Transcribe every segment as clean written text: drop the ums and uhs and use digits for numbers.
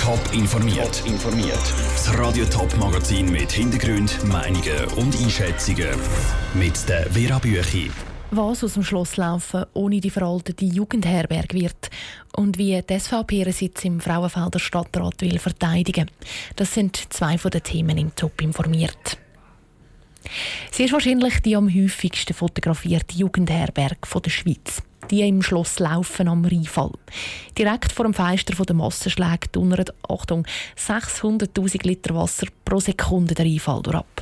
Top informiert. Das Radio Top Magazin mit Hintergrund, Meinungen und Einschätzungen mit der Vera Büchi. Was aus dem Schlosslaufen ohne die veraltete Jugendherberge wird und wie die SVP ihren Sitz im Frauenfelder Stadtrat will verteidigen. Das sind zwei von den Themen im Top informiert. Sie ist wahrscheinlich die am häufigsten fotografierte Jugendherberge der Schweiz. Die im Schlosslaufen am Rheinfall. Direkt vor dem Fenster der Massenschläge donnert, Achtung, 600'000 Liter Wasser pro Sekunde der Rheinfall ab.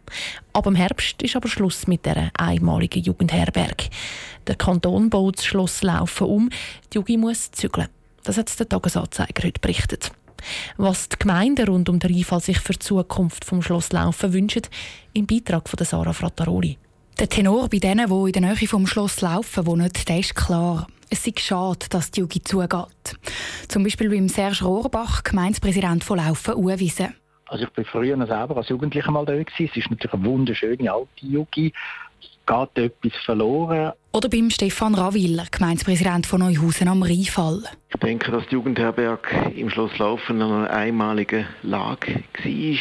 Ab dem Herbst ist aber Schluss mit dieser einmaligen Jugendherberge. Der Kanton baut das Schlosslaufen um, die Jugend muss zügeln. Das hat der Tagesanzeiger heute berichtet. Was die Gemeinden rund um den Rheinfall sich für die Zukunft vom Schlosslaufen wünschen, im Beitrag von Sarah Frattaroli. Der Tenor bei denen, die in der Nähe vom Schloss laufen wohnen, der ist klar. Es ist schade, dass die Jugend zugeht. Zum Beispiel beim Serge Rohrbach, Gemeindepräsident von Laufen, Uewiesen. Also ich war früher selber als Jugendlicher mal da gewesen. Es ist natürlich eine wunderschöne alte Jugend. Es geht etwas verloren. Oder beim Stefan Raviller, Gemeindepräsident von Neuhausen am Rheinfall. Ich denke, dass die Jugendherberge im Schloss Laufen in einer einmaligen Lage war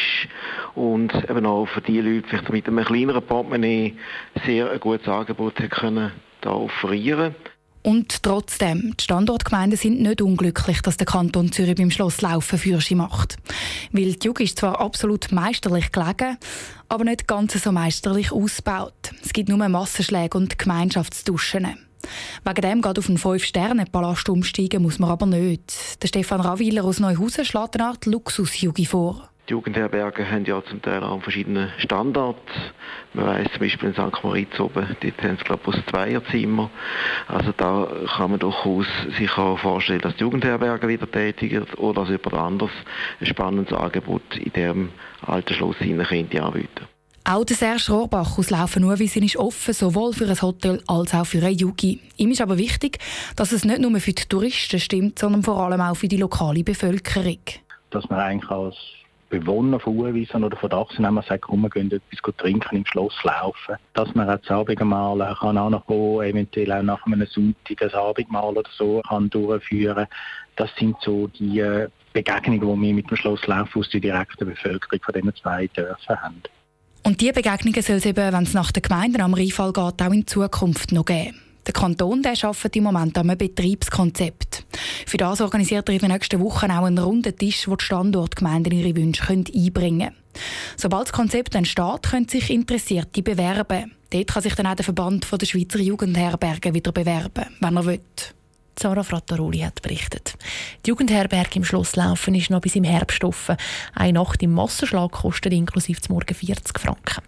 und eben auch für die Leute vielleicht mit einem kleineren Portemonnaie sehr ein gutes Angebot können da offerieren. Und trotzdem, die Standortgemeinden sind nicht unglücklich, dass der Kanton Zürich beim Schlosslaufen Fürsche macht. Weil die Jugend ist zwar absolut meisterlich gelegen, aber nicht ganz so meisterlich ausgebaut. Es gibt nur Massenschläge und Gemeinschaftsduschen. Wegen dem geht auf einen 5-Sterne-Palast umsteigen muss man aber nicht. Der Stefan Raviller aus Neuhausen schlägt eine Art Luxusjugend vor. Die Jugendherbergen haben ja zum Teil auch verschiedene Standards. Man weiss zum Beispiel in St. Moritz oben, dort haben sie glaube ich ein Zweierzimmer. Also da kann man durchaus sich auch vorstellen, dass die Jugendherbergen wieder tätigen oder dass jemand anderes ein spannendes Angebot in diesem alten Schloss könnte anbieten. Auch der Serge Rohrbach aus Laufen-Uewiesen ist offen, sowohl für ein Hotel als auch für eine Jugend. Ihm ist aber wichtig, dass es nicht nur für die Touristen stimmt, sondern vor allem auch für die lokale Bevölkerung. Dass man eigentlich als Bewohner von Uewiesen oder von Dachsen sagt, komm, wir gehen etwas trinken im Schloss laufen. Dass man auch das Abendmahl kann auch noch gehen, eventuell auch nach einem Sonntag ein Abendmahl oder so kann durchführen. Das sind so die Begegnungen, die wir mit dem Schloss Laufen aus der direkten Bevölkerung von diesen zwei Dörfern haben. Und diese Begegnungen soll es eben, wenn es nach den Gemeinden am Rheinfall geht, auch in Zukunft noch geben. Der Kanton arbeitet im Moment an einem Betriebskonzept. Für das organisiert er in den nächsten Wochen auch einen runden Tisch, wo die Standortgemeinden ihre Wünsche einbringen können. Sobald das Konzept entsteht, können sich Interessierte bewerben. Dort kann sich dann auch der Verband der Schweizer Jugendherbergen wieder bewerben, wenn er will. Sarah Frattaroli hat berichtet. Die Jugendherberge im Schloss Laufen ist noch bis im Herbst offen. Eine Nacht im Massenschlag kostet inklusive zum Morgen 40 Franken.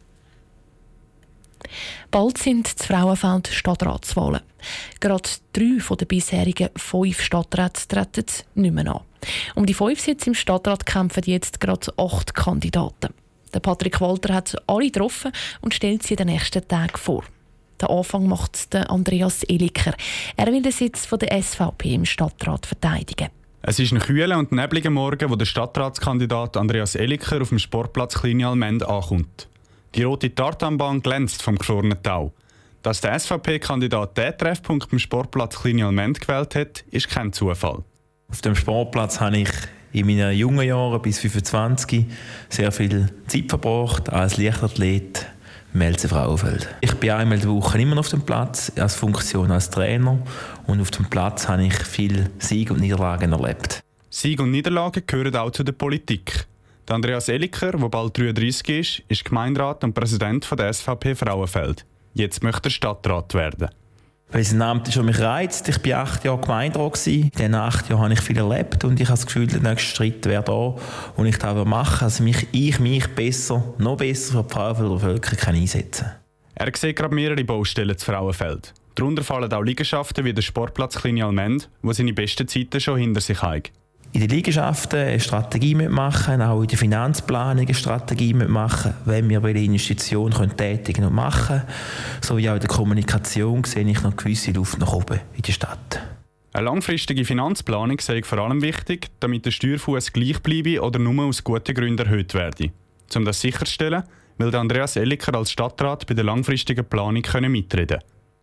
Bald sind die Frauenfeld Stadtratswahlen. Gerade 3 von den bisherigen 5 Stadträten treten nicht mehr an. Um die 5 Sitze im Stadtrat kämpfen jetzt gerade 8 Kandidaten. Der Patrick Walter hat alle getroffen und stellt sie in den nächsten Tagen vor. Den Anfang macht der Andreas Eliker. Er will den Sitz von der SVP im Stadtrat verteidigen. Es ist ein kühler und nebliger Morgen, wo der Stadtratskandidat Andreas Eliker auf dem Sportplatz Kleine Allmende ankommt. Die rote Tartanbahn glänzt vom gefrorenen Tau. Dass der SVP-Kandidat diesen Treffpunkt beim Sportplatz Kleine Allmende gewählt hat, ist kein Zufall. Auf dem Sportplatz habe ich in meinen jungen Jahren bis 25 sehr viel Zeit verbracht als Leichtathlet im LC Frauenfeld. Ich bin einmal die Woche immer noch auf dem Platz als Funktion als Trainer und auf dem Platz habe ich viel Sieg und Niederlagen erlebt. Sieg und Niederlagen gehören auch zu der Politik. Der Andreas Eliker, der bald 33 ist Gemeinderat und Präsident der SVP Frauenfeld. Jetzt möchte er Stadtrat werden. Weil es ein Amt ist, das mich reizt. Ich war 8 Jahre Gemeinderat. In diesen 8 Jahren habe ich viel erlebt und ich habe das Gefühl, der nächste Schritt wäre da, wo ich das machen also mich besser, noch besser für die Frauenfelder Bevölkerung einsetzen kann. Er sieht gerade mehrere Baustellen zu Frauenfeld. Darunter fallen auch Liegenschaften wie der Sportplatz Kleine Allmende, wo seine besten Zeiten schon hinter sich haben. In den Liegenschaften eine Strategie mitmachen, auch in der Finanzplanung eine Strategie mitmachen, wenn wir welche Investitionen tätigen und machen können. So wie auch in der Kommunikation sehe ich noch gewisse Luft nach oben in der Stadt. Eine langfristige Finanzplanung sei vor allem wichtig, damit der Steuerfuss gleich bleibe oder nur aus guten Gründen erhöht werde. Um das sicherzustellen, will Andreas Eliker als Stadtrat bei der langfristigen Planung mitreden.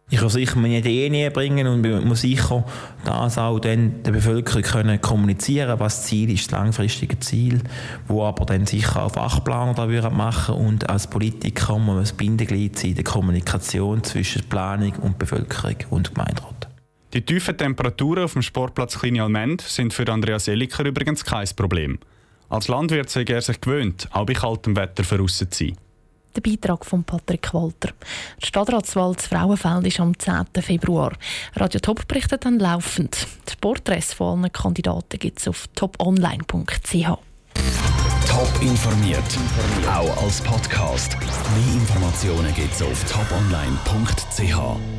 Ich kann sicher meine Ideen näher bringen und man muss sicher das auch dann der Bevölkerung können kommunizieren, was das Ziel ist, das langfristige Ziel, wo aber dann sicher auch Fachplaner da machen und als Politiker muss man das Bindeglied sein in der Kommunikation zwischen Planung und Bevölkerung und Gemeinderat. Die tiefen Temperaturen auf dem Sportplatz Kleine Allmende sind für Andreas Eliker übrigens kein Problem. Als Landwirt sei er sich gewöhnt, auch bei kaltem Wetter draussen zu sein. Der Beitrag von Patrick Walter. Die Stadtratswahl zu Frauenfeld ist am 10. Februar. Radio Top berichtet dann laufend. Die Porträts von allen Kandidaten gibt es auf toponline.ch. Top informiert, auch als Podcast. Mehr Informationen gibt es auf toponline.ch.